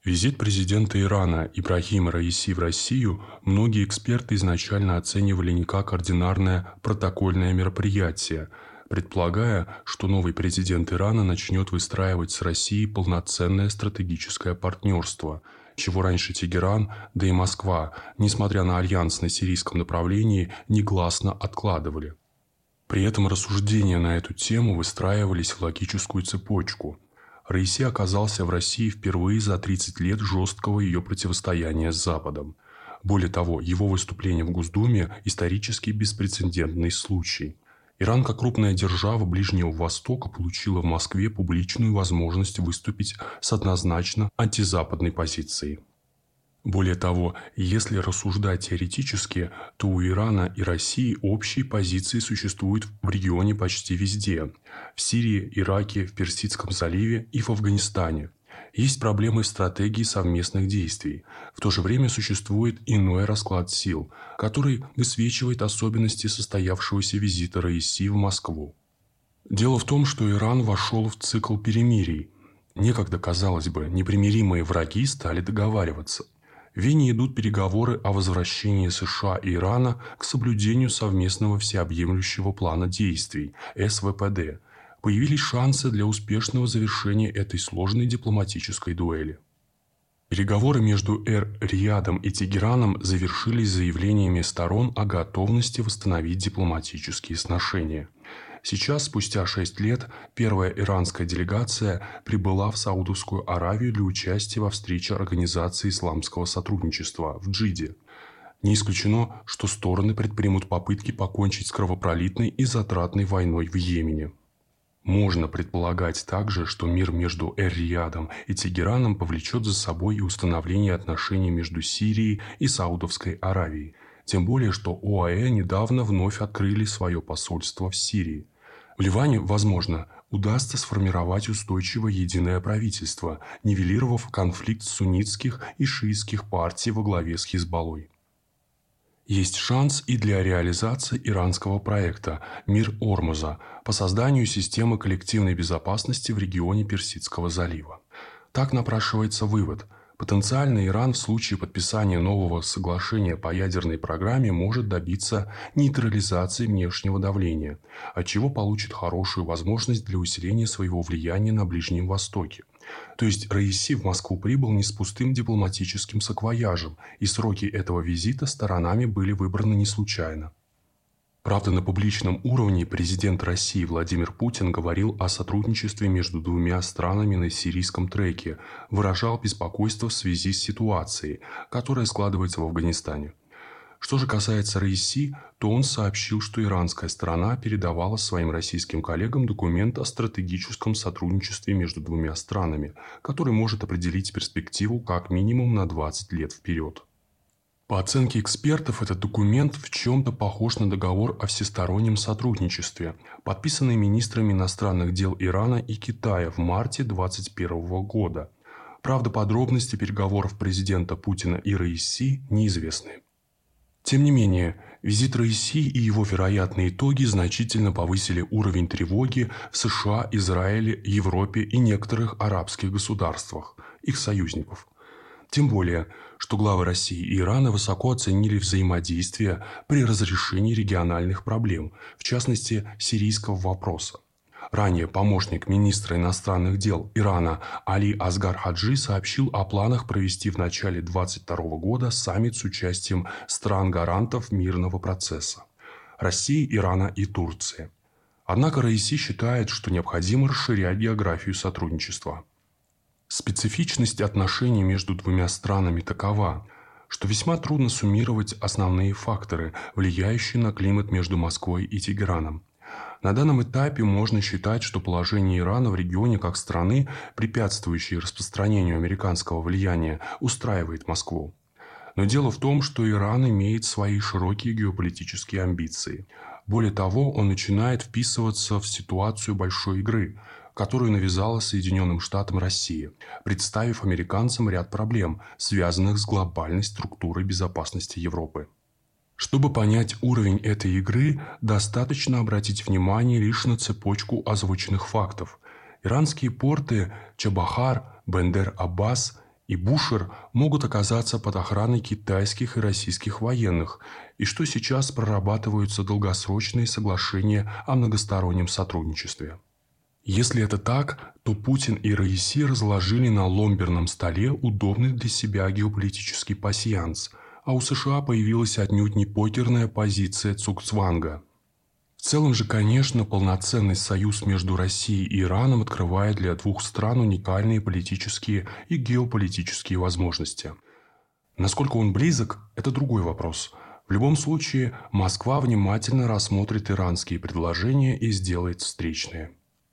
Визит президента Ирана Ибрахима Раиси в Россию многие эксперты изначально оценивали не как ординарное протокольное мероприятие, предполагая, что новый президент Ирана начнет выстраивать с Россией полноценное стратегическое партнерство, чего раньше Тегеран, да и Москва, несмотря на альянс на сирийском направлении, негласно откладывали. При этом рассуждения на эту тему выстраивались в логическую цепочку. Раиси оказался в России впервые за 30 лет жесткого ее противостояния с Западом. Более того, его выступление в Госдуме – исторически беспрецедентный случай. Иран, как крупная держава Ближнего Востока, получила в Москве публичную возможность выступить с однозначно антизападной позицией. Более того, если рассуждать теоретически, то у Ирана и России общие позиции существуют в регионе почти везде – в Сирии, Ираке, в Персидском заливе и в Афганистане. Есть проблемы в стратегии совместных действий. В то же время существует иной расклад сил, который высвечивает особенности состоявшегося визита Раиси в Москву. Дело в том, что Иран вошел в цикл перемирий. Некогда, казалось бы, непримиримые враги стали договариваться. В Вене идут переговоры о возвращении США и Ирана к соблюдению совместного всеобъемлющего плана действий – СВПД. Появились шансы для успешного завершения этой сложной дипломатической дуэли. Переговоры между Эр-Риядом и Тегераном завершились заявлениями сторон о готовности восстановить дипломатические сношения. Сейчас, спустя 6 лет, первая иранская делегация прибыла в Саудовскую Аравию для участия во встрече Организации исламского сотрудничества в Джидде. Не исключено, что стороны предпримут попытки покончить с кровопролитной и затратной войной в Йемене. Можно предполагать также, что мир между Эр-Риядом и Тегераном повлечет за собой и установление отношений между Сирией и Саудовской Аравией. Тем более, что ОАЭ недавно вновь открыли свое посольство в Сирии. В Ливане, возможно, удастся сформировать устойчивое единое правительство, нивелировав конфликт суннитских и шиитских партий во главе с Хизбаллой. Есть шанс и для реализации иранского проекта «Мир Ормуза» по созданию системы коллективной безопасности в регионе Персидского залива. Так напрашивается вывод – потенциально Иран в случае подписания нового соглашения по ядерной программе может добиться нейтрализации внешнего давления, отчего получит хорошую возможность для усиления своего влияния на Ближнем Востоке. То есть Раиси в Москву прибыл не с пустым дипломатическим саквояжем, и сроки этого визита сторонами были выбраны не случайно. Правда, на публичном уровне президент России Владимир Путин говорил о сотрудничестве между двумя странами на сирийском треке, выражал беспокойство в связи с ситуацией, которая складывается в Афганистане. Что же касается Раиси, то он сообщил, что иранская сторона передавала своим российским коллегам документ о стратегическом сотрудничестве между двумя странами, который может определить перспективу как минимум на 20 лет вперед. По оценке экспертов, этот документ в чем-то похож на договор о всестороннем сотрудничестве, подписанный министрами иностранных дел Ирана и Китая в марте 2021 года. Правда, подробности переговоров президента Путина и Раиси неизвестны. Тем не менее, визит Раиси и его вероятные итоги значительно повысили уровень тревоги в США, Израиле, Европе и некоторых арабских государствах, их союзников. Тем более, что главы России и Ирана высоко оценили взаимодействие при разрешении региональных проблем, в частности, сирийского вопроса. Ранее помощник министра иностранных дел Ирана Али Асгар Хаджи сообщил о планах провести в начале 2022 года саммит с участием стран-гарантов мирного процесса – России, Ирана и Турции. Однако Раиси считает, что необходимо расширять географию сотрудничества. Специфичность отношений между двумя странами такова, что весьма трудно суммировать основные факторы, влияющие на климат между Москвой и Тегераном. На данном этапе можно считать, что положение Ирана в регионе как страны, препятствующей распространению американского влияния, устраивает Москву. Но дело в том, что Иран имеет свои широкие геополитические амбиции. Более того, он начинает вписываться в ситуацию большой игры, которую навязала Соединенным Штатам Россия, представив американцам ряд проблем, связанных с глобальной структурой безопасности Европы. Чтобы понять уровень этой игры, достаточно обратить внимание лишь на цепочку озвученных фактов. Иранские порты Чабахар, Бендер-Аббас и Бушер могут оказаться под охраной китайских и российских военных, и что сейчас прорабатываются долгосрочные соглашения о многостороннем сотрудничестве. Если это так, то Путин и Раиси разложили на ломберном столе удобный для себя геополитический пасьянс, а у США появилась отнюдь не покерная позиция цугцванга. В целом же, конечно, полноценный союз между Россией и Ираном открывает для двух стран уникальные политические и геополитические возможности. Насколько он близок – это другой вопрос. В любом случае, Москва внимательно рассмотрит иранские предложения и сделает встречные.